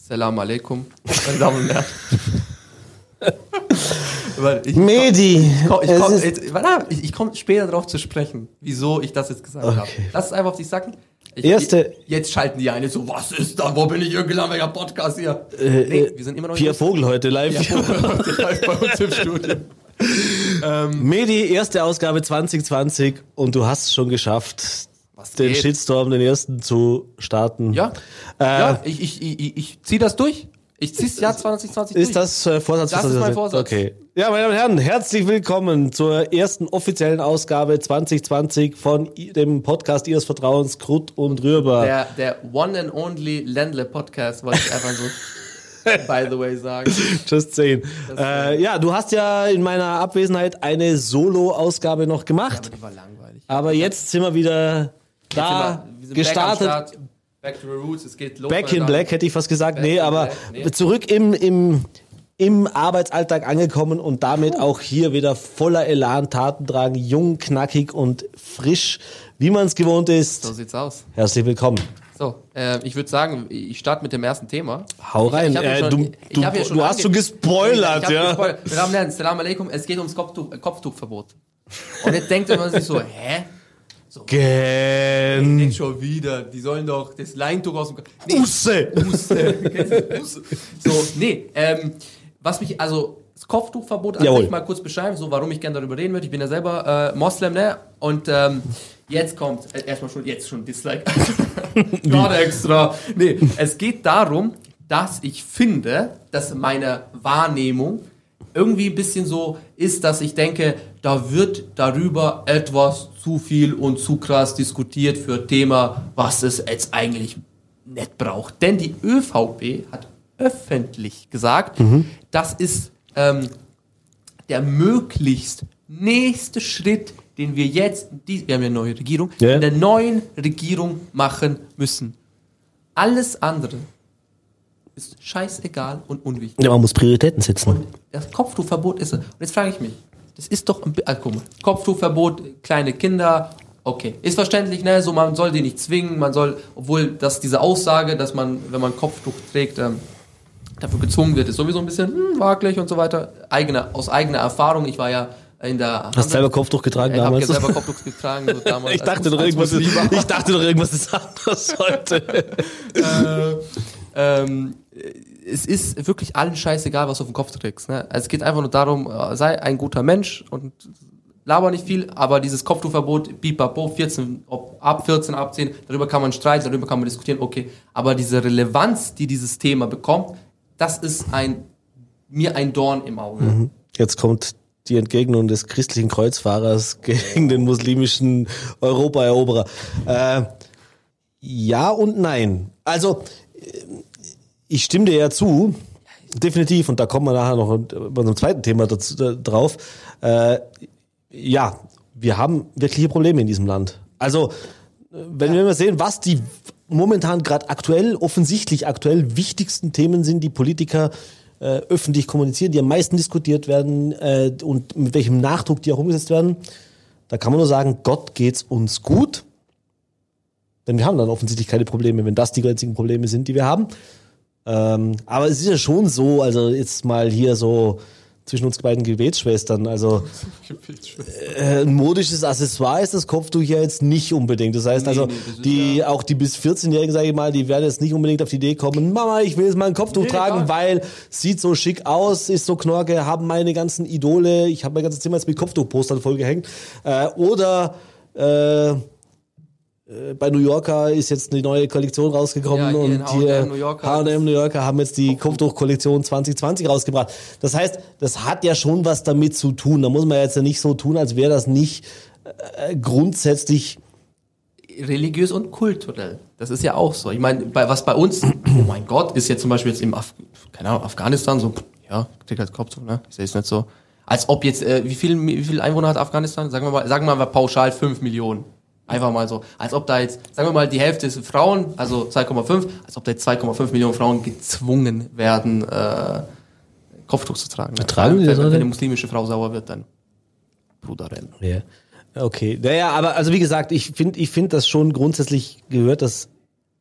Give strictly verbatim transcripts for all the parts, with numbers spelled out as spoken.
Salam alaikum, meine Damen und Herren. Ich, Medi! Ich komme ich komm, ich, ich, ich komm später darauf zu sprechen, wieso ich das jetzt gesagt okay. habe. Lass es einfach auf dich sacken. Ich, Erste. Jetzt schalten die eine so, was ist da? Wo bin ich irgendein welcher Podcast hier? Äh, nee, wir sind immer noch. Pia Vogel heute live. Pia Vogel heute live bei uns im Studio. ähm, Medi, erste Ausgabe zwanzig zwanzig und du hast es schon geschafft, den geht? Shitstorm, den ersten zu starten. Ja, äh, ja ich, ich, ich, ich zieh das durch. Ich zieh's Jahr zwanzig zwanzig durch. Ist das äh, Vorsatz? Das ist mein Vorsatz. Okay. Ja, meine Damen und Herren, herzlich willkommen zur ersten offiziellen Ausgabe zwanzig zwanzig von dem Podcast Ihres Vertrauens, Krut und Rührbar. Der, der One and Only Ländle Podcast, wollte ich einfach so by the way sagen. Just saying. Äh, ja, du hast ja in meiner Abwesenheit eine Solo-Ausgabe noch gemacht. Ja, aber die war langweilig. Aber jetzt sind wir wieder da, wir, wir gestartet. Back to the Roots, es geht los. Back in Black hätte ich fast gesagt. Back nee, aber nee. zurück im, im, im Arbeitsalltag angekommen und damit auch hier wieder voller Elan, Taten tragen, jung, knackig und frisch, wie man es gewohnt ist. So sieht's aus. Herzlich willkommen. So, äh, ich würde sagen, ich starte mit dem ersten Thema. Hau rein. Ich, ich äh, schon, du du, ja du hast schon gespoilert, ja. Gespoilert. Salam alaikum, es geht ums Kopftuch, Kopftuchverbot. Und jetzt denkt man sich so, hä? So. Gen. Ich schon wieder, die sollen doch das Leintuch aus dem Kopf. Nee, Usse! Usse. Usse. So, nee, ähm, was mich, also, das Kopftuchverbot an sich mal kurz beschreiben, so, warum ich gerne darüber reden würde. Ich bin ja selber äh, Moslem, ne? Und ähm, jetzt kommt, äh, erstmal schon, jetzt schon Dislike. Gerade extra. Nee, es geht darum, dass ich finde, dass meine Wahrnehmung irgendwie ein bisschen so ist, dass ich denke, da wird darüber etwas zu viel und zu krass diskutiert für ein Thema, was es jetzt eigentlich nicht braucht. Denn die ÖVP hat öffentlich gesagt, mhm. das ist ähm, der möglichst nächste Schritt, den wir jetzt, die, wir haben ja eine neue Regierung, yeah. in der neuen Regierung machen müssen. Alles andere ist scheißegal und unwichtig. Ja, man muss Prioritäten setzen. Und das Kopftuchverbot ist es. Und jetzt frage ich mich, das ist doch, ein, also guck mal, Kopftuchverbot, kleine Kinder, okay. Ist verständlich, ne, so man soll die nicht zwingen, man soll, obwohl das diese Aussage, dass man, wenn man Kopftuch trägt, ähm, dafür gezwungen wird, ist sowieso ein bisschen hm, waglich und so weiter. Eigene, aus eigener Erfahrung, ich war ja in der... Hast du selber Kopftuch getragen ich damals? Ich habe ja selber Kopftuch getragen. So damals ich, dachte doch irgendwas ist, ich dachte doch, irgendwas ist anders heute. äh, ähm, es ist wirklich allen scheißegal, was du auf den Kopf trägst. Ne? Also es geht einfach nur darum, sei ein guter Mensch und laber nicht viel, aber dieses Kopftuchverbot, pipapo, vierzehn, ob ab vierzehn, ab zehn, darüber kann man streiten, darüber kann man diskutieren, okay. Aber diese Relevanz, die dieses Thema bekommt, das ist ein, mir ein Dorn im Auge. Mhm. Jetzt kommt die Entgegnung des christlichen Kreuzfahrers gegen den muslimischen Europaeroberer. Äh, ja und nein. Also, ich stimme dir ja zu, definitiv, und da kommen wir nachher noch bei unserem zweiten Thema dazu, da, drauf. Äh, ja, wir haben wirkliche Probleme in diesem Land. Also, wenn ja. wir mal sehen, was die momentan gerade aktuell, offensichtlich aktuell wichtigsten Themen sind, die Politiker äh, öffentlich kommunizieren, die am meisten diskutiert werden äh, und mit welchem Nachdruck die auch umgesetzt werden, da kann man nur sagen, Gott geht's uns gut. Denn wir haben dann offensichtlich keine Probleme, wenn das die einzigen Probleme sind, die wir haben. Ähm, aber es ist ja schon so, also jetzt mal hier so zwischen uns beiden Gebetsschwestern, also äh, ein modisches Accessoire ist das Kopftuch ja jetzt nicht unbedingt. Das heißt nee, also, nee, das die ja auch die bis vierzehnjährigen, sage ich mal, die werden jetzt nicht unbedingt auf die Idee kommen, Mama, ich will jetzt mal ein Kopftuch nee, tragen, egal. Weil sieht so schick aus, ist so knorke, haben meine ganzen Idole, ich habe mein ganzes Zimmer jetzt mit Kopftuchpostern vollgehängt. Äh, oder äh, bei New Yorker ist jetzt eine neue Kollektion rausgekommen ja, und hier H und M New Yorker haben jetzt die Kopftuch-Kollektion zwanzig zwanzig rausgebracht. Das heißt, das hat ja schon was damit zu tun. Da muss man jetzt ja nicht so tun, als wäre das nicht äh, grundsätzlich religiös und kulturell. Das ist ja auch so. Ich meine, bei, was bei uns, oh mein Gott, ist jetzt zum Beispiel jetzt im Af- keine Ahnung, Afghanistan so, ja, kriegt halt Kopftuch, ne? Ich sehe es nicht so. Als ob jetzt, äh, wie viel, wie viel Einwohner hat Afghanistan? Sagen wir mal, sagen wir mal pauschal fünf Millionen. Einfach mal so, als ob da jetzt, sagen wir mal, die Hälfte ist Frauen, also zwei Komma fünf, als ob da jetzt zwei Komma fünf Millionen Frauen gezwungen werden, äh, Kopftuch zu tragen. Ne? Tragen wenn, wenn eine muslimische Frau sauer wird, dann Bruderrennen. Ja, okay. Naja, aber also wie gesagt, ich finde, ich finde, dass schon grundsätzlich gehört das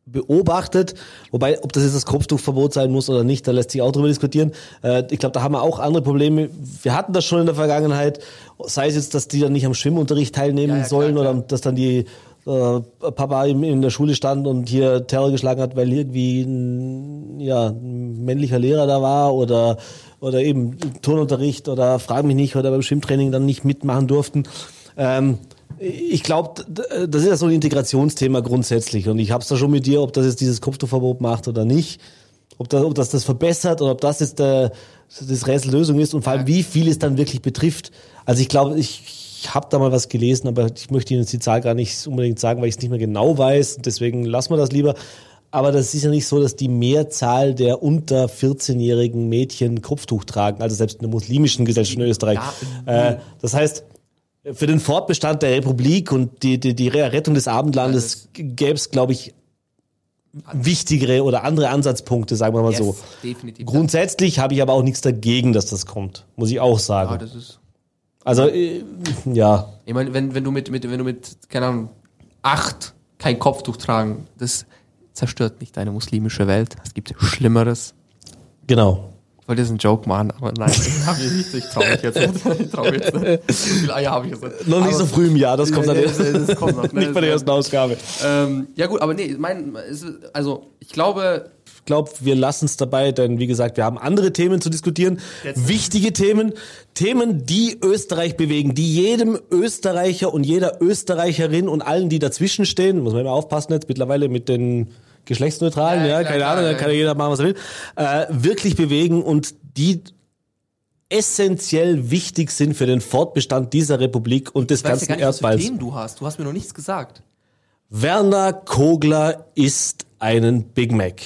beobachtet, wobei, ob das jetzt das Kopftuchverbot sein muss oder nicht, da lässt sich auch drüber diskutieren. Äh, ich glaube, da haben wir auch andere Probleme. Wir hatten das schon in der Vergangenheit, sei es jetzt, dass die dann nicht am Schwimmunterricht teilnehmen ja, ja, sollen klar, klar. oder dass dann die äh, Papa in, in der Schule stand und hier Terror geschlagen hat, weil irgendwie ein, ja, ein männlicher Lehrer da war oder oder eben Turnunterricht oder frag mich nicht oder beim Schwimmtraining dann nicht mitmachen durften. Ähm, Ich glaube, das ist ja so ein Integrationsthema grundsätzlich und ich habe es da schon mit dir, ob das jetzt dieses Kopftuchverbot macht oder nicht, ob das, ob das das verbessert oder ob das jetzt der, das Rätsel Lösung ist und vor allem wie viel es dann wirklich betrifft. Also ich glaube, ich, ich habe da mal was gelesen, aber ich möchte Ihnen jetzt die Zahl gar nicht unbedingt sagen, weil ich es nicht mehr genau weiß, deswegen lassen wir das lieber. Aber das ist ja nicht so, dass die Mehrzahl der unter vierzehnjährigen Mädchen Kopftuch tragen, also selbst in der muslimischen Gesellschaft in Österreich. Ja, äh, das heißt, für den Fortbestand der Republik und die, die, die Rettung des Abendlandes ja, gäbe es, glaube ich, wichtigere oder andere Ansatzpunkte, sagen wir mal yes, so. Definitiv. Grundsätzlich habe ich aber auch nichts dagegen, dass das kommt, muss ich auch sagen. Ja, das ist also, äh, ja. Ich meine, wenn, wenn du mit, mit, wenn du mit, keine Ahnung, acht kein Kopftuch tragen, das zerstört nicht deine muslimische Welt. Es gibt Schlimmeres. Genau. Ich wollte jetzt einen Joke machen, aber nein, das habe ich nicht. Ich traue mich jetzt nicht. Ich traue mich jetzt nicht. So viele Eier habe ich jetzt nicht. Noch nicht aber so früh im Jahr, das kommt dann nee, das, das kommt noch, ne? Nicht bei der ersten Ausgabe. Ähm, ja gut, aber nee, mein, also ich glaube... Ich glaube, wir lassen es dabei, denn wie gesagt, wir haben andere Themen zu diskutieren. Jetzt. Wichtige Themen, Themen, die Österreich bewegen, die jedem Österreicher und jeder Österreicherin und allen, die dazwischen stehen, muss man immer aufpassen jetzt mittlerweile mit den Geschlechtsneutralen, ja, ja keine klar, Ahnung, da kann ja jeder machen, was er will, äh, wirklich bewegen und die essentiell wichtig sind für den Fortbestand dieser Republik und des ganzen Erdballs. Ich weiß ja gar nicht, was für Themen du hast. Du hast mir noch nichts gesagt. Werner Kogler isst einen Big Mac.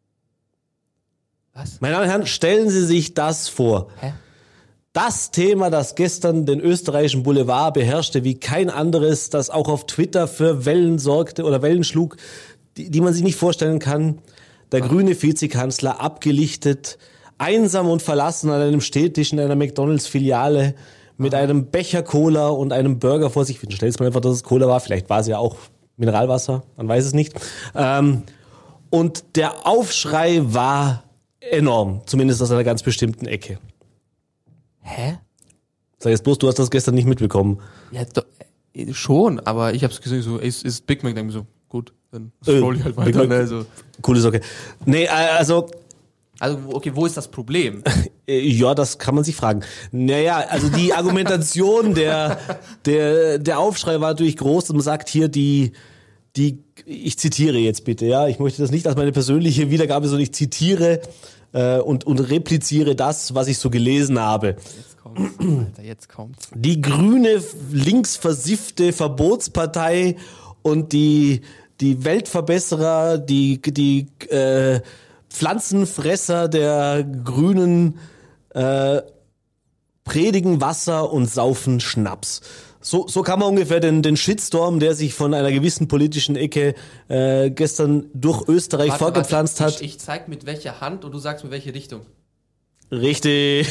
Was? Meine Damen und Herren, stellen Sie sich das vor. Hä? Das Thema, das gestern den österreichischen Boulevard beherrschte wie kein anderes, das auch auf Twitter für Wellen sorgte oder Wellen schlug, die, die man sich nicht vorstellen kann. Der grüne Vizekanzler abgelichtet, einsam und verlassen an einem Städtisch in einer McDonalds-Filiale mit Aha. einem Becher Cola und einem Burger vor sich. Stell dir mal einfach, dass es Cola war. Vielleicht war es ja auch Mineralwasser, man weiß es nicht. Ähm, und der Aufschrei war enorm, zumindest aus einer ganz bestimmten Ecke. Hä? Sag jetzt bloß, du hast das gestern nicht mitbekommen. Ja, do, schon, aber ich hab's gesehen, so, ist, ist Big Mac, dann so, gut, dann scroll ich halt weiter. Big ne, so. Coole Socke. Nee, also... Also, okay, wo ist das Problem? Ja, das kann man sich fragen. Naja, also die Argumentation, der, der, der Aufschrei war natürlich groß und man sagt hier die, die, ich zitiere jetzt bitte, ja, ich möchte das nicht als meine persönliche Wiedergabe, sondern ich zitiere äh, und, und repliziere das, was ich so gelesen habe. Jetzt kommt's, Alter, jetzt kommt's. Die grüne, linksversiffte Verbotspartei und die, die Weltverbesserer, die, die äh, Pflanzenfresser der Grünen äh, predigen Wasser und saufen Schnaps. So, so kann man ungefähr den, den Shitstorm, der sich von einer gewissen politischen Ecke äh, gestern durch Österreich warte, vorgepflanzt warte, hat. Ich, ich zeig mit welcher Hand und du sagst mit welche Richtung. Richtig.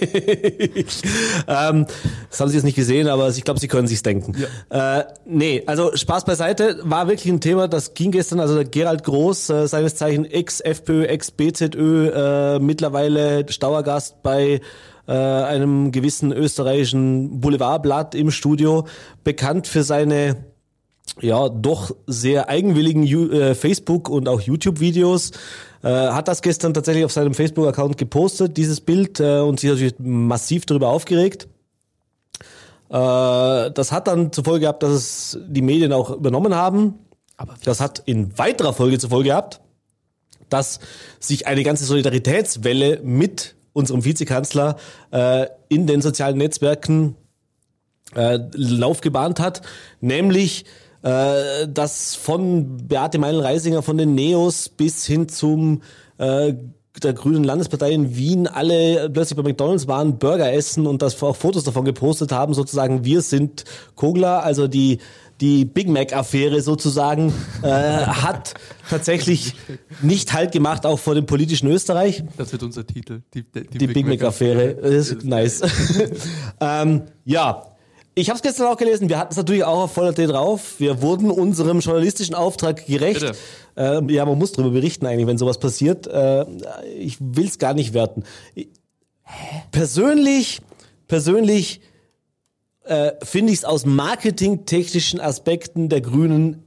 ähm, das haben Sie jetzt nicht gesehen, aber ich glaube, Sie können sich's denken. Ja. Äh, nee, also Spaß beiseite, war wirklich ein Thema, das ging gestern, also der Gerald Groß, äh, seines Zeichen Ex-FPÖ, Ex-B Z Ö, äh, mittlerweile Dauergast bei äh, einem gewissen österreichischen Boulevardblatt im Studio, bekannt für seine ja doch sehr eigenwilligen Ju- äh, Facebook- und auch YouTube-Videos, äh, hat das gestern tatsächlich auf seinem Facebook-Account gepostet, dieses Bild, äh, und sich natürlich massiv darüber aufgeregt. Äh, das hat dann zur Folge gehabt, dass es die Medien auch übernommen haben. Aber das hat in weiterer Folge zur Folge gehabt, dass sich eine ganze Solidaritätswelle mit unserem Vizekanzler äh, in den sozialen Netzwerken äh, Lauf gebahnt hat, nämlich äh, dass von Beate Meinl-Reisinger von den Neos bis hin zum äh, der Grünen Landespartei in Wien alle plötzlich bei McDonalds waren, Burger essen und das auch Fotos davon gepostet haben, sozusagen wir sind Kogler, also die die Big Mac-Affäre sozusagen äh, hat tatsächlich nicht Halt gemacht, auch vor dem politischen Österreich. Das wird unser Titel. Die, die, die, die Big, Big Mac-Affäre. Mac ist nice. ähm, ja, Ich habe es gestern auch gelesen, wir hatten es natürlich auch auf Voller T drauf. Wir wurden unserem journalistischen Auftrag gerecht. Äh, ja, man muss darüber berichten eigentlich, wenn sowas passiert. Äh, ich will es gar nicht werten. Ich, persönlich, persönlich äh, finde ich es aus marketingtechnischen Aspekten der Grünen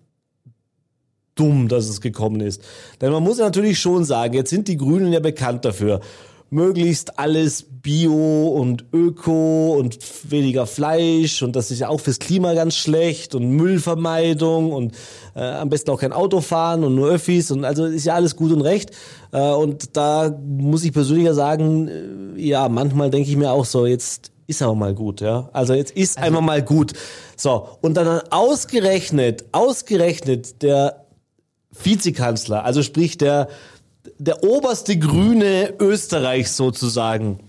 dumm, dass es gekommen ist. Denn man muss ja natürlich schon sagen, jetzt sind die Grünen ja bekannt dafür, möglichst alles Bio und Öko und weniger Fleisch und das ist ja auch fürs Klima ganz schlecht und Müllvermeidung und äh, am besten auch kein Auto fahren und nur Öffis und also ist ja alles gut und recht äh, und da muss ich persönlich ja sagen, äh, ja, manchmal denke ich mir auch so, jetzt ist aber mal gut, ja, also jetzt ist also einfach mal gut. So, und dann ausgerechnet, ausgerechnet der Vizekanzler, also sprich der der oberste Grüne Österreichs sozusagen,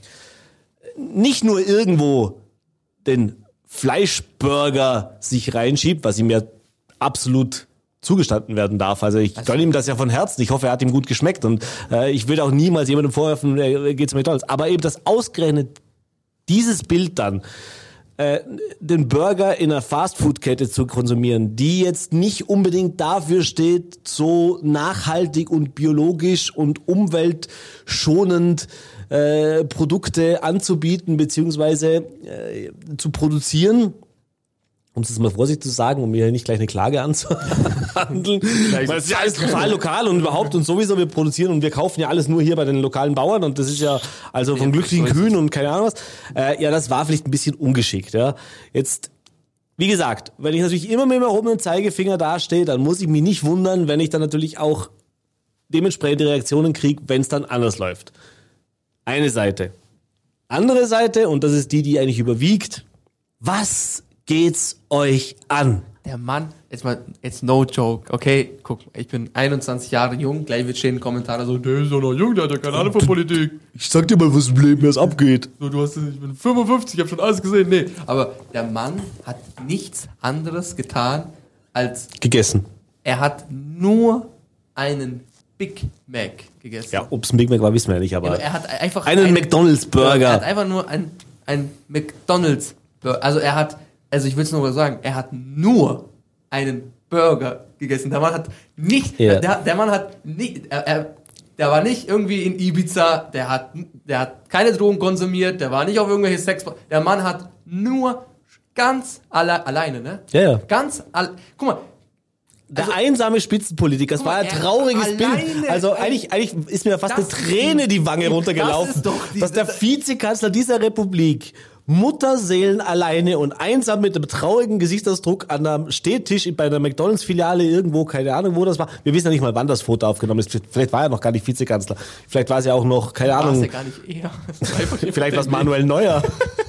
nicht nur irgendwo den Fleischburger sich reinschiebt, was ihm ja absolut zugestanden werden darf. Also ich gönne ihm das ja von Herzen. Ich hoffe, er hat ihm gut geschmeckt und äh, ich will auch niemals jemandem vorwerfen, er geht zu McDonald's. Aber eben das ausgerechnet dieses Bild dann, äh, den Burger in einer Fastfood-Kette zu konsumieren, die jetzt nicht unbedingt dafür steht, so nachhaltig und biologisch und umweltschonend äh, Produkte anzubieten beziehungsweise äh, zu produzieren. Um es jetzt mal vorsichtig zu sagen, um mir nicht gleich eine Klage anzuhandeln. Weil es ist ja alles total lokal und überhaupt und sowieso, wir produzieren und wir kaufen ja alles nur hier bei den lokalen Bauern und das ist ja also von glücklichen Kühen und keine Ahnung was. Äh, ja, das war vielleicht ein bisschen ungeschickt. Ja. Jetzt, wie gesagt, wenn ich natürlich immer mit dem erhobenen Zeigefinger dastehe, dann muss ich mich nicht wundern, wenn ich dann natürlich auch dementsprechende Reaktionen kriege, wenn es dann anders läuft. Eine Seite. Andere Seite, und das ist die, die eigentlich überwiegt, was geht's euch an? Der Mann, jetzt mal, jetzt no joke, okay? Guck, ich bin einundzwanzig Jahre jung, gleich wird stehen Kommentare so, der ist doch noch jung, der hat ja keine Ahnung von Politik. Ich sag dir mal, was im Leben jetzt abgeht. So, du hast, ich bin fünfundfünfzig, ich hab schon alles gesehen, nee. Aber der Mann hat nichts anderes getan, als... Gegessen. Er hat nur einen Big Mac gegessen. Ja, ob es ein Big Mac war, wissen wir ja nicht, aber... Ja, aber er hat einfach... Einen, einen McDonalds-Burger. Er hat einfach nur einen, einen McDonalds-Burger. Also er hat... Also ich will es nur mal sagen, er hat nur einen Burger gegessen. Der Mann hat nicht, yeah. der, der Mann hat nicht, er, er, der war nicht irgendwie in Ibiza, der hat, der hat keine Drogen konsumiert, der war nicht auf irgendwelche Sex, der Mann hat nur ganz alle, alleine, ne? Ja, ja. Ganz, alle, guck mal. Der also, einsame Spitzenpolitiker, das war ein trauriges Bild. Also eigentlich, eigentlich ist mir fast eine Träne die Wange runtergelaufen, das die, dass der Vizekanzler dieser Republik Mutterseelen alleine und einsam mit einem traurigen Gesichtsausdruck an einem Stehtisch bei einer McDonalds-Filiale irgendwo, keine Ahnung, wo das war. Wir wissen ja nicht mal, wann das Foto aufgenommen ist. Vielleicht war er noch gar nicht Vizekanzler. Vielleicht war es ja auch noch, keine Ahnung. War es ja gar nicht eher. Vielleicht war es Manuel Neuer.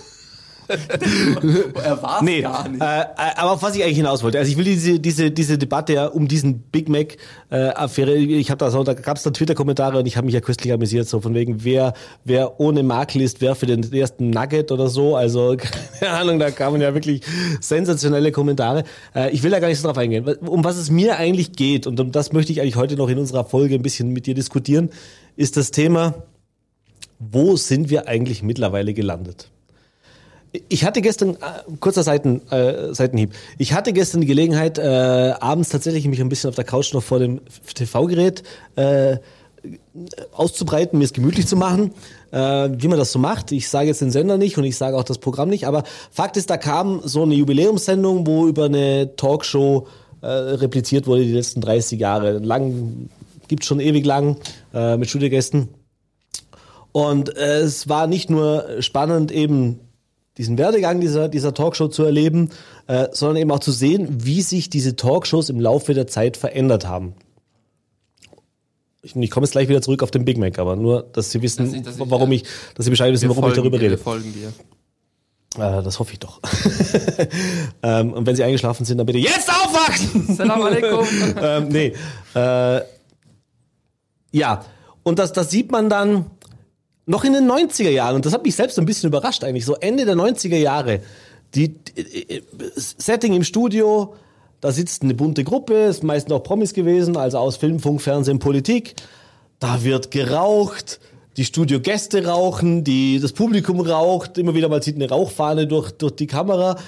Er war es nee, gar nicht. Äh, aber auf was ich eigentlich hinaus wollte, also ich will diese diese diese Debatte ja um diesen Big Mac äh, Affäre, ich habe da so, da gab es da Twitter-Kommentare und ich habe mich ja köstlich amüsiert, so von wegen, wer wer ohne Makel ist, wer für den ersten Nugget oder so, also keine Ahnung, da kamen ja wirklich sensationelle Kommentare. Äh, ich will da gar nicht so drauf eingehen. Um was es mir eigentlich geht, und um das möchte ich eigentlich heute noch in unserer Folge ein bisschen mit dir diskutieren, ist das Thema, wo sind wir eigentlich mittlerweile gelandet? Ich hatte gestern, äh, kurzer Seiten, äh, Seitenhieb, ich hatte gestern die Gelegenheit, äh, abends tatsächlich mich ein bisschen auf der Couch noch vor dem T V-Gerät äh, auszubreiten, mir es gemütlich zu machen, äh, wie man das so macht. Ich sage jetzt den Sender nicht und ich sage auch das Programm nicht, aber Fakt ist, da kam so eine Jubiläumssendung, wo über eine Talkshow äh, repliziert wurde die letzten dreißig Jahre. Lang, gibt's schon ewig lang, äh, mit Studiogästen. Und äh, es war nicht nur spannend, eben diesen Werdegang dieser, dieser Talkshow zu erleben, äh, sondern eben auch zu sehen, wie sich diese Talkshows im Laufe der Zeit verändert haben. Ich, ich komme jetzt gleich wieder zurück auf den Big Mac, aber nur, dass Sie wissen, dass ich, dass ich, warum ich, dass Sie Bescheid wissen, warum ich darüber dir, rede. Wir folgen dir. Äh, das hoffe ich doch. ähm, und wenn Sie eingeschlafen sind, dann bitte jetzt aufwachen! Salam alaikum. ähm, nee. Äh, ja, und das, das sieht man dann noch in den neunziger Jahren, und das hat mich selbst ein bisschen überrascht eigentlich, so Ende der neunziger Jahre, die, die Setting im Studio, da sitzt eine bunte Gruppe, ist meistens auch Promis gewesen, also aus Film, Funk, Fernsehen, Politik, da wird geraucht, die Studiogäste rauchen, die, das Publikum raucht, immer wieder mal zieht eine Rauchfahne durch, durch die Kamera,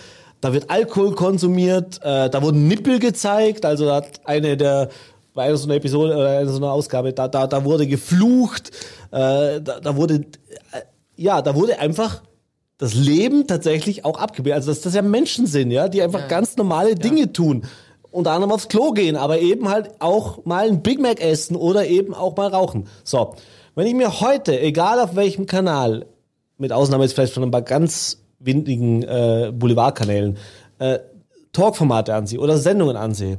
da wird Alkohol konsumiert, äh, da wurden Nippel gezeigt, also da hat eine der, bei einer so einer Episode oder einer so einer Ausgabe, da, da, da wurde geflucht, äh, da, da wurde, äh, ja, da wurde einfach das Leben tatsächlich auch abgebildet. Also dass das ja Menschen sind, ja, die einfach ja. ganz normale Dinge ja. tun. Unter anderem aufs Klo gehen, aber eben halt auch mal ein Big Mac essen oder eben auch mal rauchen. So, wenn ich mir heute, egal auf welchem Kanal, mit Ausnahme jetzt vielleicht von ein paar ganz windigen äh, Boulevardkanälen, äh, Talkformate ansehe oder Sendungen ansehe,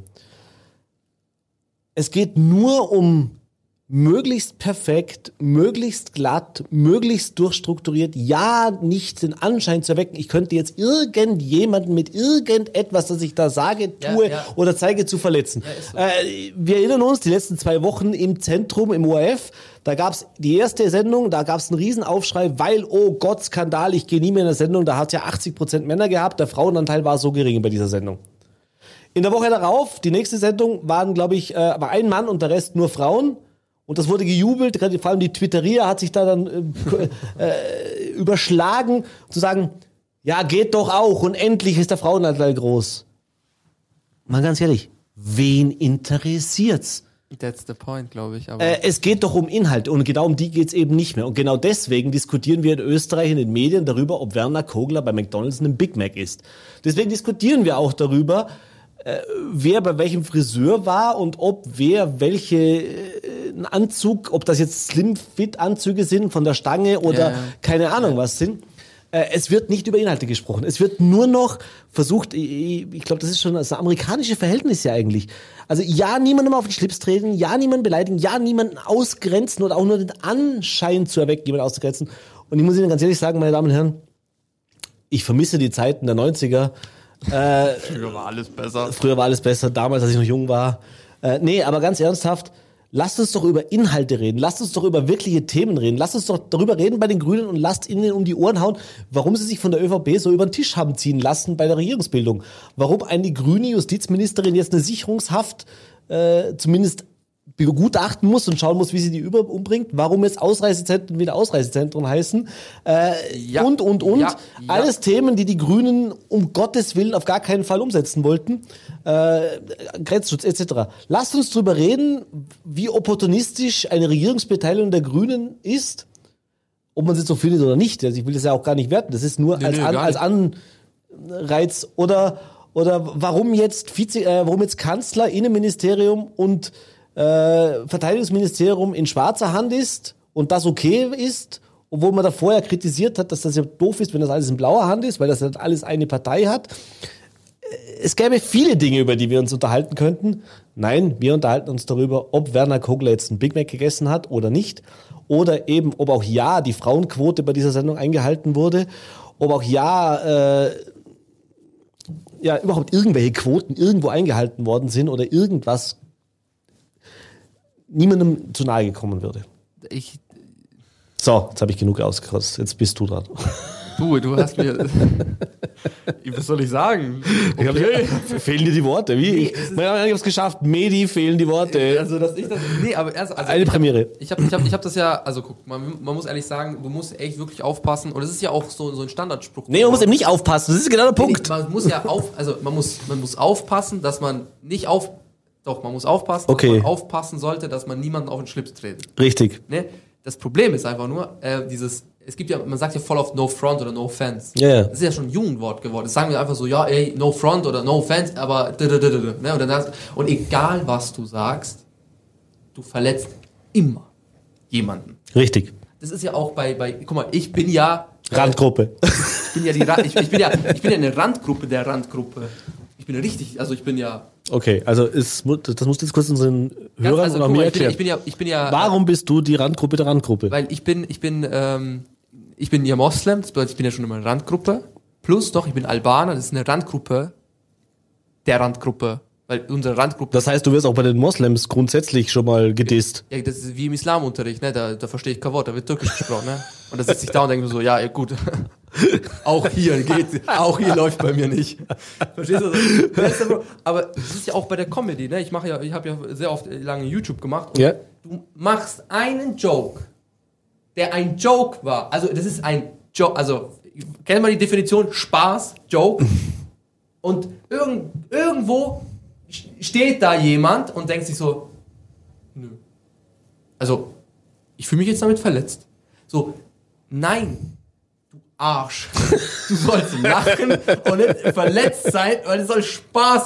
es geht nur um möglichst perfekt, möglichst glatt, möglichst durchstrukturiert, ja, nicht den Anschein zu erwecken, ich könnte jetzt irgendjemanden mit irgendetwas, das ich da sage, tue ja, ja. oder zeige, zu verletzen. Ja, so. äh, wir erinnern uns, die letzten zwei Wochen im Zentrum, im O R F, da gab's die erste Sendung, da gab's einen Riesenaufschrei, weil, oh Gott, Skandal, ich gehe nie mehr in eine Sendung, da hat ja achtzig Prozent Männer gehabt, der Frauenanteil war so gering bei dieser Sendung. In der Woche darauf, die nächste Sendung, waren, glaube ich, äh, war ein Mann und der Rest nur Frauen. Und das wurde gejubelt, gerade vor allem die Twitteria hat sich da dann äh, äh, überschlagen, zu sagen, ja, geht doch auch und endlich ist der Frauenanteil groß. Mal ganz ehrlich, wen interessiert's? That's the point, glaube ich. Aber äh, es geht doch um Inhalte und genau um die geht's eben nicht mehr. Und genau deswegen diskutieren wir in Österreich in den Medien darüber, ob Werner Kogler bei McDonald's einen Big Mac isst. Deswegen diskutieren wir auch darüber, äh, wer bei welchem Friseur war und ob wer welche äh, Anzug, ob das jetzt Slim-Fit-Anzüge sind von der Stange oder ja, ja. keine Ahnung ja. was sind. Äh, es wird nicht über Inhalte gesprochen. Es wird nur noch versucht, ich, ich glaube, das ist schon das amerikanische Verhältnis ja eigentlich. Also ja, niemandem auf den Schlips treten, ja, niemanden beleidigen, ja, niemanden ausgrenzen oder auch nur den Anschein zu erwecken, jemanden auszugrenzen. Und ich muss Ihnen ganz ehrlich sagen, meine Damen und Herren, ich vermisse die Zeiten der neunziger. Äh, früher war alles besser. Früher war alles besser, damals, als ich noch jung war. Äh, nee, aber ganz ernsthaft, lasst uns doch über Inhalte reden, lasst uns doch über wirkliche Themen reden, lasst uns doch darüber reden bei den Grünen und lasst ihnen um die Ohren hauen, warum sie sich von der ÖVP so über den Tisch haben ziehen lassen bei der Regierungsbildung. Warum eine grüne Justizministerin jetzt eine Sicherungshaft äh, zumindest begutachten muss und schauen muss, wie sie die über umbringt, warum jetzt Ausreisezentren wieder Ausreisezentren heißen äh, ja. und, und, und. Ja. Ja. Alles Themen, die die Grünen um Gottes Willen auf gar keinen Fall umsetzen wollten. Äh, Grenzschutz et cetera. Lasst uns drüber reden, wie opportunistisch eine Regierungsbeteiligung der Grünen ist, ob man sie so findet oder nicht. Also ich will das ja auch gar nicht werten. Das ist nur nee, als, nee, an, als Anreiz. Oder, oder warum jetzt Vize, äh, warum jetzt Kanzler, Innenministerium und Äh, Verteidigungsministerium in schwarzer Hand ist und das okay ist, obwohl man da vorher kritisiert hat, dass das ja doof ist, wenn das alles in blauer Hand ist, weil das halt alles eine Partei hat. Es gäbe viele Dinge, über die wir uns unterhalten könnten. Nein, wir unterhalten uns darüber, ob Werner Kogler jetzt einen Big Mac gegessen hat oder nicht. Oder eben, ob auch ja die Frauenquote bei dieser Sendung eingehalten wurde. Ob auch ja, äh, ja überhaupt irgendwelche Quoten irgendwo eingehalten worden sind oder irgendwas niemandem zu nahe gekommen würde. Ich so, jetzt habe ich genug ausgekotzt. Jetzt bist du dran. Du, du hast mir... Was soll ich sagen? Okay. Ich hab, fehlen dir die Worte? Wie? Nee, ich ich habe es geschafft. Medi, fehlen die Worte. Also, dass ich das... Nee, aber erst... Also, Eine Premiere. Ich habe ich hab, ich hab das ja... Also, guck, man, man muss ehrlich sagen, du musst echt wirklich aufpassen. Und das ist ja auch so, so ein Standardspruch. Nee, man muss eben nicht aufpassen. Das ist genau der Punkt. Nee, man muss ja auf... Also, man muss, man muss aufpassen, dass man nicht auf... Doch, man muss aufpassen, okay. dass man aufpassen sollte, dass man niemanden auf den Schlips tritt. Richtig. Ne? Das Problem ist einfach nur, äh, dieses, es gibt ja, man sagt ja voll oft No Front oder No Offense. Ja, yeah. Das ist ja schon ein Jugendwort geworden. Das sagen wir einfach so, ja, ey, No Front oder No Offense, aber ne? und, dann das, und egal was du sagst, du verletzt immer jemanden. Richtig. Das ist ja auch bei, bei guck mal, ich bin ja... Randgruppe. Äh, ich bin ja die ich, ich bin ja, ich bin ja eine Randgruppe der Randgruppe. Ich bin ja richtig, also ich bin ja... Okay, also es, das musst du jetzt kurz unseren Hörern also, und auch mir erklären. Ich bin, ich, bin ja, ich bin ja... Warum bist du die Randgruppe der Randgruppe? Weil ich bin, ich bin, ähm, ich bin ja Moslem, das bedeutet, ich bin ja schon immer eine Randgruppe. Plus noch, ich bin Albaner, das ist eine Randgruppe der Randgruppe. Weil unsere Randgruppe... Das heißt, du wirst auch bei den Moslems grundsätzlich schon mal gedisst. Ja, das ist wie im Islamunterricht, ne? Da, da verstehe ich kein Wort, da wird Türkisch gesprochen, ne? Und da sitze ich da und denke mir so, ja, ja gut... auch hier geht, auch hier läuft bei mir nicht. Verstehst du? Aber das ist ja auch bei der Comedy, ne? Ich mache ja, ich habe ja sehr oft lange YouTube gemacht. Und ja. Du machst einen Joke, der ein Joke war. Also das ist ein Joke. Also kennt man die Definition Spaß, Joke? Und irgend, irgendwo steht da jemand und denkt sich so, nö. Also, ich fühle mich jetzt damit verletzt. So, nein, du Arsch. Du sollst lachen und nicht verletzt sein, weil es soll Spaß.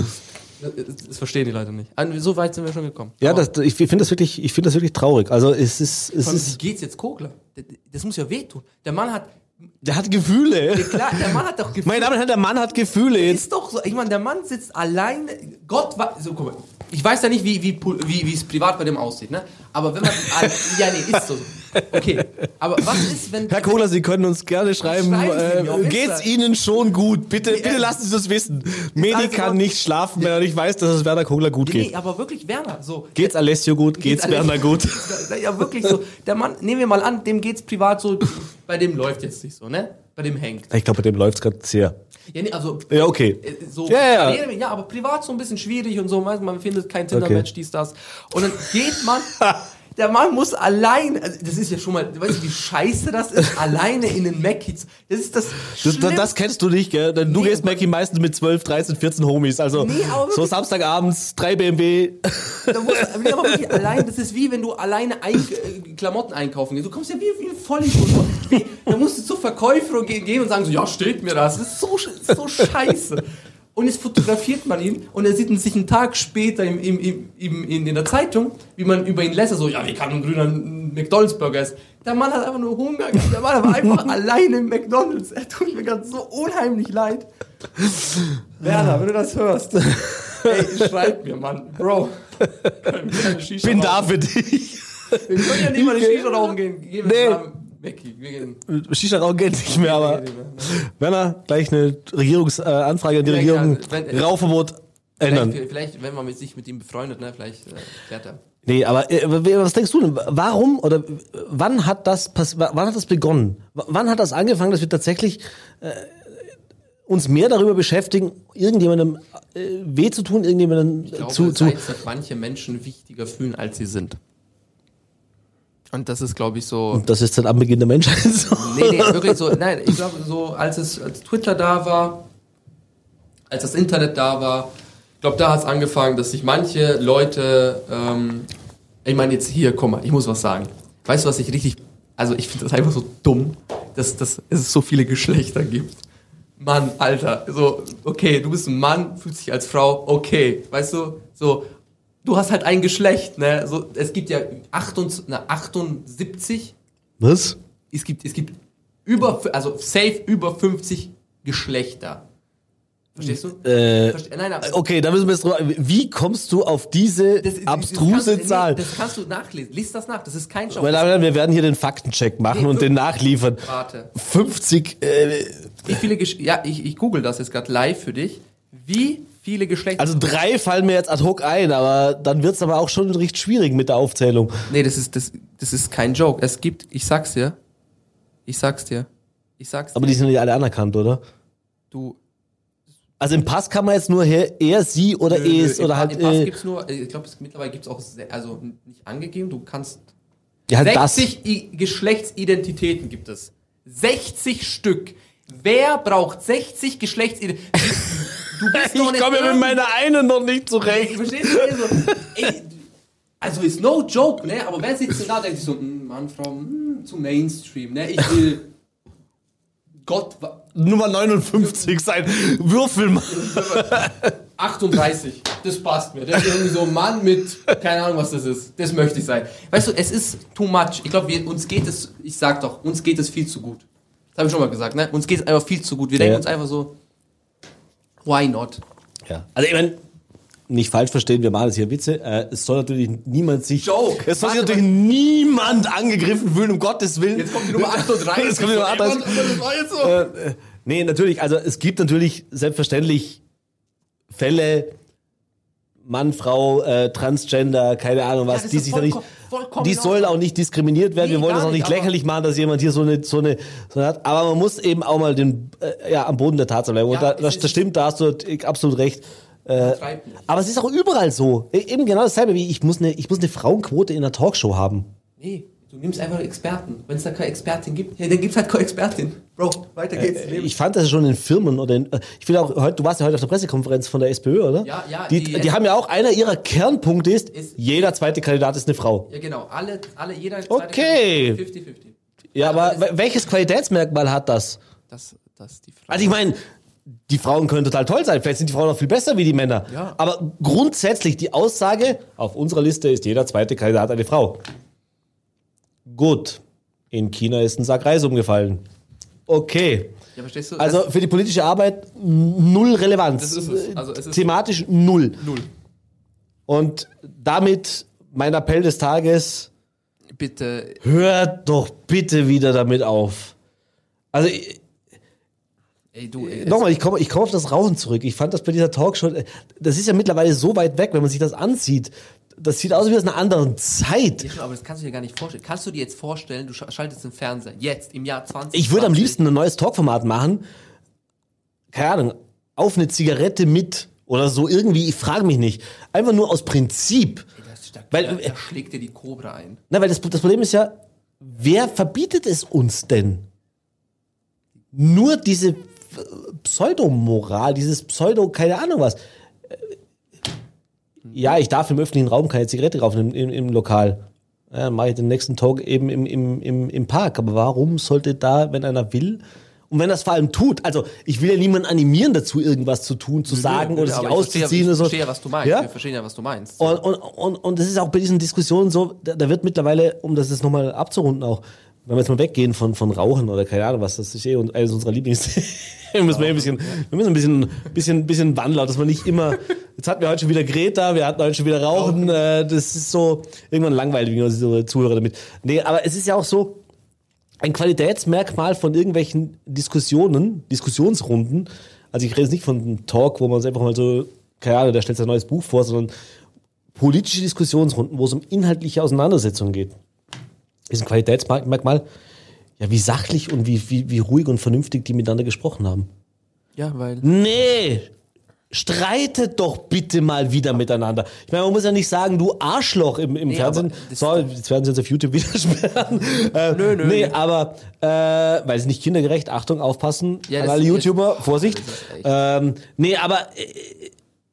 Das verstehen die Leute nicht. So weit sind wir schon gekommen. Ja, das, ich finde das wirklich, ich finde das wirklich traurig. Also es ist, es allem, ist. Wie geht's jetzt Kogler? Das muss ja wehtun. Der Mann hat. Der hat Gefühle. Ja, klar, der Mann hat doch Gefühle. Meine Damen und Herren, der Mann hat Gefühle. Jetzt. Ist doch so. Ich meine, der Mann sitzt alleine. Gott war. So, guck mal. Ich weiß ja nicht, wie wie wie wie es privat bei dem aussieht, ne? Aber wenn man. Ja, nee, ist so. Okay. Aber was ist, wenn. Herr Kohler, Sie können uns gerne schreiben. schreiben äh, geht's Ihnen schon gut? Bitte, ja, bitte lassen Sie das wissen. Medi also kann nicht schlafen, wenn er nicht weiß, dass es Werner Kohler gut geht. Nee, aber wirklich Werner. So. Geht's Alessio gut? Geht's, geht's Werner gut? Ja, wirklich so. Der Mann, nehmen wir mal an, dem geht's privat so. Bei dem läuft jetzt nicht so, ne? Bei dem hängt. Ich glaube, bei dem läuft's gerade sehr. Ja, nee, also. Ja, okay. So ja, ja. ja, aber privat so ein bisschen schwierig und so. Man findet kein Tinder-Match, okay. dies, das. Und dann geht man. Der Mann muss allein, also das ist ja schon mal, weißt du, wie scheiße das ist, alleine in den Mackie. Das ist das das, das kennst du nicht, gell? Denn du nee, gehst Mackie meistens mit zwölf, dreizehn, vierzehn Homies. Also nee, so Samstagabends, drei B M W. Da musst du aber wirklich allein, das ist wie wenn du alleine ein, äh, Klamotten einkaufen gehst. Du kommst ja wie, wie ein Vollidiot. Da musst du zur Verkäuferin gehen und sagen so, ja, steht mir das. Das ist so, so scheiße. Und jetzt fotografiert man ihn und er sieht sich einen Tag später im, im, im, im, in, in der Zeitung, wie man über ihn lässt, so, ja, wie kann ein grüner McDonalds-Burger essen? Der Mann hat einfach nur Hunger gehabt, der Mann war einfach alleine im McDonalds. Er tut mir ganz so unheimlich leid. Werner, wenn du das hörst, ey, schreib mir, Mann, Bro. Bin da für dich. Wir können ja nicht mal eine Shisha rauchen gehen. Gehen wir nee. Weg, wir gehen. Shisha rauchen geht nicht mehr, aber Werner, gleich eine Regierungsanfrage äh, an die vielleicht, Regierung, wenn, Rauchverbot ändern. Vielleicht, vielleicht, wenn man mit sich mit ihm befreundet, ne, vielleicht äh, klärt er. Nee, aber äh, was denkst du denn? Warum oder wann hat das wann hat das begonnen? W- wann hat das angefangen, dass wir tatsächlich äh, uns mehr darüber beschäftigen, irgendjemandem äh, weh zu tun, irgendjemandem ich glaube, zu, zu sich manche Menschen wichtiger fühlen, als sie sind. Und das ist, glaube ich, so. Und das ist dann am Beginn der Menschheit so. Nee, nee, wirklich so. Nein, ich glaube, so, als es, als Twitter da war, als das Internet da war, ich glaube, da hat es angefangen, dass sich manche Leute, ähm, ich meine, jetzt hier, komm mal, ich muss was sagen. Weißt du, was ich richtig, also ich finde das einfach so dumm, dass, dass es so viele Geschlechter gibt. Mann, Alter, so, okay, du bist ein Mann, fühlst dich als Frau, okay, weißt du, so, du hast halt ein Geschlecht, ne? So, es gibt ja achtundsiebzig. Was? Es gibt, es gibt über, also safe über fünfzig Geschlechter. Verstehst du? Äh, Verste- nein, nein. Okay, da müssen wir jetzt drüber. Wie kommst du auf diese das, abstruse das Zahl? Nee, das kannst du nachlesen. Lies das nach. Das ist kein Job. Weil, wir werden hier den Faktencheck machen nee, und den nachliefern. Warte. fünfzig. Äh, Wie viele Gesch- Ja, ich, ich google das jetzt gerade live für dich. Wie viele Geschlechter. Also drei fallen mir jetzt ad hoc ein, aber dann wird's aber auch schon recht schwierig mit der Aufzählung. Nee, das ist, das, das ist kein Joke. Es gibt, ich sag's dir, ich sag's dir, ich sag's dir. Aber die sind nicht alle anerkannt, oder? Du. Also im Pass kann man jetzt nur her, er, sie oder nö, es nö, oder im, halt. Im Pass äh, gibt's nur, ich glaube, mittlerweile gibt's auch, also nicht angegeben, du kannst. Ja, halt sechzig das. I- Geschlechtsidentitäten gibt es. sechzig Stück. Wer braucht sechzig Geschlechtsidentitäten? Du bist ich komme ja mit meiner einen noch nicht zurecht. Verstehst du? Also, ey, also ist no joke, ne? Aber wer sitzt denn da, denkt sich so, Mann, Frau, mh, zu Mainstream, ne? Ich will Gott... Nummer neunundfünfzig sein. Würfel mal. achtunddreißig. Das passt mir. Das ist irgendwie so ein Mann mit, keine Ahnung, was das ist. Das möchte ich sein. Weißt du, es ist too much. Ich glaube, uns geht es, ich sag doch, uns geht es viel zu gut. Das habe ich schon mal gesagt, ne? Uns geht es einfach viel zu gut. Wir ja. denken uns einfach so, why not? Ja. Also ich meine, nicht falsch verstehen, wir machen jetzt hier Witze. Äh, es soll natürlich niemand sich... Joke! Es soll sich natürlich niemand angegriffen fühlen, um Gottes Willen. Jetzt kommt die Nummer achtunddreißig. Jetzt kommt die Nummer achtunddreißig. Das war jetzt so. Äh, nee, natürlich, also es gibt natürlich selbstverständlich Fälle, Mann, Frau, äh, Transgender, keine Ahnung was, ja, die sich da nicht... Die sollen auch nicht diskriminiert werden. Nee, wir wollen das auch nicht, nicht lächerlich machen, dass jemand hier so eine, so eine, so eine hat. Aber man muss eben auch mal den, äh, ja, am Boden der Tatsache bleiben. Ja, und da, das, das stimmt, da hast du absolut recht. Äh, aber es ist auch überall so. Eben genau dasselbe wie ich muss eine, ich muss eine Frauenquote in einer Talkshow haben. Nee, Du nimmst einfach Experten. Wenn es da keine Expertin gibt, ja, dann gibt es halt keine Expertin. Bro, weiter geht's. Äh, ich fand das schon in Firmen oder in, ich will auch heute, du warst ja heute auf der Pressekonferenz von der SPÖ, oder? Ja, ja. Die, die, die haben ja auch, einer ihrer Kernpunkte ist, ist jeder zweite Kandidat ist eine Frau. Ja, genau. Alle, alle jeder zweite okay. Kandidat fünfzig fünfzig. Ja, aber, aber welches Qualitätsmerkmal hat das? Das, das die Frau. Also ich meine, die Frauen können total toll sein. Vielleicht sind die Frauen noch viel besser wie die Männer. Ja. Aber grundsätzlich die Aussage, auf unserer Liste ist jeder zweite Kandidat eine Frau. Gut. In China ist ein Sack Reis umgefallen. Okay. Ja, verstehst du? Also für die politische Arbeit null Relevanz. Das ist es. Also es ist thematisch null. Null. Und damit mein Appell des Tages, bitte. Hört doch bitte wieder damit auf. Also ey, du, ey, nochmal, ich komme ich komm auf das Rauchen zurück. Ich fand das bei dieser Talkshow, das ist ja mittlerweile so weit weg, wenn man sich das ansieht. Das sieht aus wie aus einer anderen Zeit. Ja, aber das kannst du dir gar nicht vorstellen. Kannst du dir jetzt vorstellen, du schaltest den Fernseher, jetzt, im Jahr zwanzig. Ich würde am liebsten ein neues Talkformat machen. Keine Ahnung, auf eine Zigarette mit oder so irgendwie, ich frage mich nicht. Einfach nur aus Prinzip. Ey, das, da, weil, da, da schlägt dir die Kobra ein. Na, weil das, das Problem ist ja, wer verbietet es uns denn? Nur diese Pseudomoral, dieses Pseudo, keine Ahnung was. Ja, ich darf im öffentlichen Raum keine Zigarette rauchen im, im, im Lokal. Ja, dann mache ich den nächsten Talk eben im, im, im, im Park. Aber warum sollte da, wenn einer will, und wenn das vor allem tut, also ich will ja niemanden animieren dazu, irgendwas zu tun, zu nö, sagen nö, oder nö, sich ich auszuziehen verstehe, oder so. Ich verstehe ja, was du meinst. Ja? Wir verstehen ja, was du meinst. Und, und, und, und das ist auch bei diesen Diskussionen so, da, da wird mittlerweile, um das jetzt nochmal abzurunden auch, wenn wir jetzt mal weggehen von, von Rauchen oder keine Ahnung was, das ist eh eines unserer Lieblings... wir müssen ein bisschen, wir müssen ein bisschen, bisschen, bisschen wandeln, dass man nicht immer, jetzt hatten wir heute schon wieder Greta, wir hatten heute schon wieder Rauchen, äh, das ist so, irgendwann langweilig, wie unsere Zuhörer damit. Nee, aber es ist ja auch so, ein Qualitätsmerkmal von irgendwelchen Diskussionen, Diskussionsrunden, also ich rede jetzt nicht von einem Talk, wo man uns einfach mal so, keine Ahnung, der stellt sein neues Buch vor, sondern politische Diskussionsrunden, wo es um inhaltliche Auseinandersetzungen geht. Ist ein Qualitätsmerkmal, ja, wie sachlich und wie, wie, wie ruhig und vernünftig die miteinander gesprochen haben. Ja, weil... Nee! Streitet doch bitte mal wieder miteinander. Ich meine, man muss ja nicht sagen, du Arschloch im, im nee, Fernsehen. So, jetzt werden sie uns auf YouTube wieder sperren. Äh, nö, nö. Nee, aber, äh, weil es nicht kindergerecht, Achtung, aufpassen, ja, an alle YouTuber, Vorsicht. Ähm, nee, aber, äh,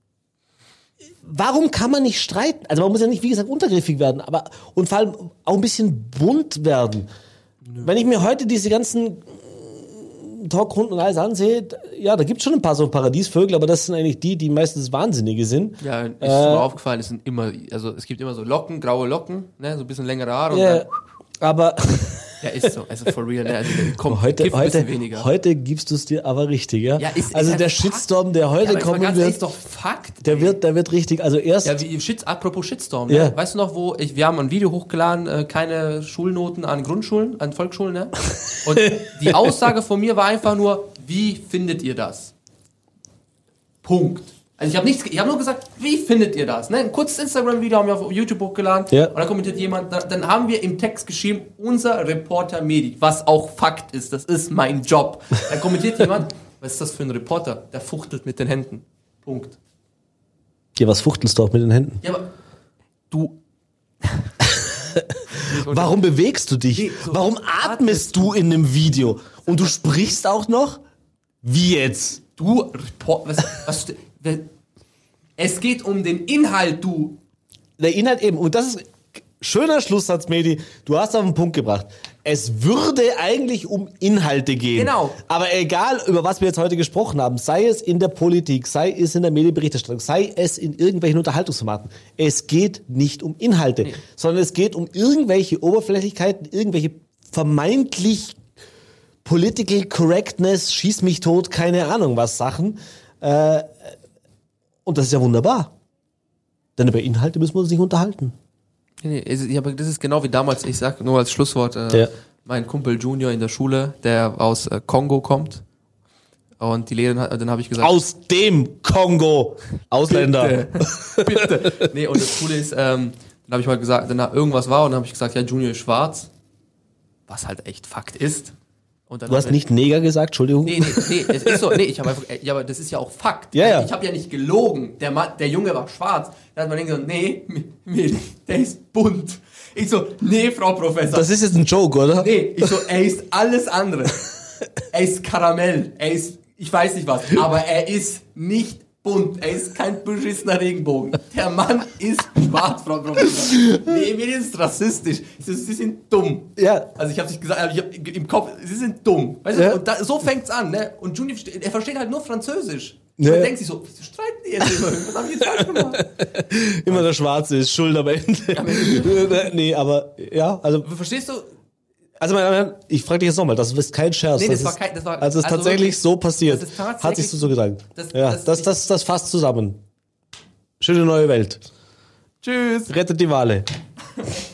warum kann man nicht streiten? Also man muss ja nicht, wie gesagt, untergriffig werden, aber, und vor allem auch ein bisschen bunt werden. Nö. Wenn ich mir heute diese ganzen Talkrunden und alles ansehe, ja, da gibt es schon ein paar so Paradiesvögel, aber das sind eigentlich die, die meistens Wahnsinnige sind. Ja, ist äh, mir aufgefallen, es sind immer, also es gibt immer so Locken, graue Locken, ne, so ein bisschen längere Haare. Ja, und dann, aber... Ja, ist so, also for real, ne, also kommt heute, heute, weniger. Heute gibst du es dir aber richtig, ja? Ja, ist, also ist der halt Shitstorm, der heute ja, kommen ganz wird, ehrlich, ist doch Fakt. Der wird, der wird richtig, also erst... Ja, wie Shit, apropos Shitstorm, ja. ne? Weißt du noch, wo, ich, wir haben ein Video hochgeladen, äh, keine Schulnoten an Grundschulen, an Volksschulen, ne? Und die Aussage von mir war einfach nur, wie findet ihr das? Punkt. Also ich habe nichts, ich habe nur gesagt, wie findet ihr das? Ne? Ein kurzes Instagram-Video haben wir auf YouTube hochgeladen ja. und dann kommentiert jemand, dann haben wir im Text geschrieben, unser Reporter Medi, was auch Fakt ist, das ist mein Job. Dann kommentiert jemand, was ist das für ein Reporter? Der fuchtelt mit den Händen. Punkt. Ja, was fuchtelst du auch mit den Händen? Ja, aber du... Warum bewegst du dich? So Warum atmest du in einem Video? Und du sprichst auch noch? Wie jetzt? Du, Report, was, was, es geht um den Inhalt, du. Der Inhalt eben, und das ist schöner Schlusssatz, Medi, du hast auf den Punkt gebracht. Es würde eigentlich um Inhalte gehen. Genau. Aber egal, über was wir jetzt heute gesprochen haben, sei es in der Politik, sei es in der Medienberichterstattung, sei es in irgendwelchen Unterhaltungsformaten, es geht nicht um Inhalte, nee. sondern es geht um irgendwelche Oberflächlichkeiten, irgendwelche vermeintlich Political Correctness, schieß mich tot, keine Ahnung was Sachen. Äh, und das ist ja wunderbar. Denn über Inhalte müssen wir uns nicht unterhalten. Nee, nee, aber das ist genau wie damals, ich sag nur als Schlusswort, äh, ja. mein Kumpel Junior in der Schule, der aus äh, Kongo kommt. Und die Lehrerin hat, dann habe ich gesagt... Aus dem Kongo! Ausländer! Bitte! Bitte. Nee, und das Coole ist, ähm, dann habe ich mal gesagt, dann irgendwas war und dann habe ich gesagt, ja, Junior ist schwarz. Was halt echt Fakt ist. Und dann du hast nicht Neger gesagt, Entschuldigung. Nee, nee, nee, es ist so, nee, ich habe einfach, ja, aber das ist ja auch Fakt. Ja, ja. Also ich habe ja nicht gelogen. Der Mann, der Junge war schwarz. Da hat man gesagt, nee, der ist bunt. Ich so, nee, Frau Professor. Das ist jetzt ein Joke, oder? Nee, ich so, er ist alles andere. Er ist Karamell, er ist, ich weiß nicht was, aber er ist nicht bunt. Er ist kein beschissener Regenbogen. Der Mann ist schwarz, Frau Professor. Nee, mir ist es rassistisch. Sie sind dumm. Ja. Also ich habe nicht gesagt, ich hab im Kopf, sie sind dumm. Weißt du? Ja. Und da, so fängt's an, ne? Und Juni, er versteht halt nur Französisch. Ja. Und er denkt sich so, wieso streiten die jetzt immer? Was hab ich jetzt falsch gemacht? Immer der Schwarze ist schuld am Ende. Nee, aber, ja, also... Verstehst du? Also, ich frage dich jetzt nochmal, das ist kein Scherz. Nee, das, das war ist, kein, das war, also, es ist also tatsächlich wirklich, so passiert. Das ist tatsächlich, hat sich so gedacht. Das, ja, das, das, das, das fasst zusammen. Schöne neue Welt. Tschüss. Rettet die Wale.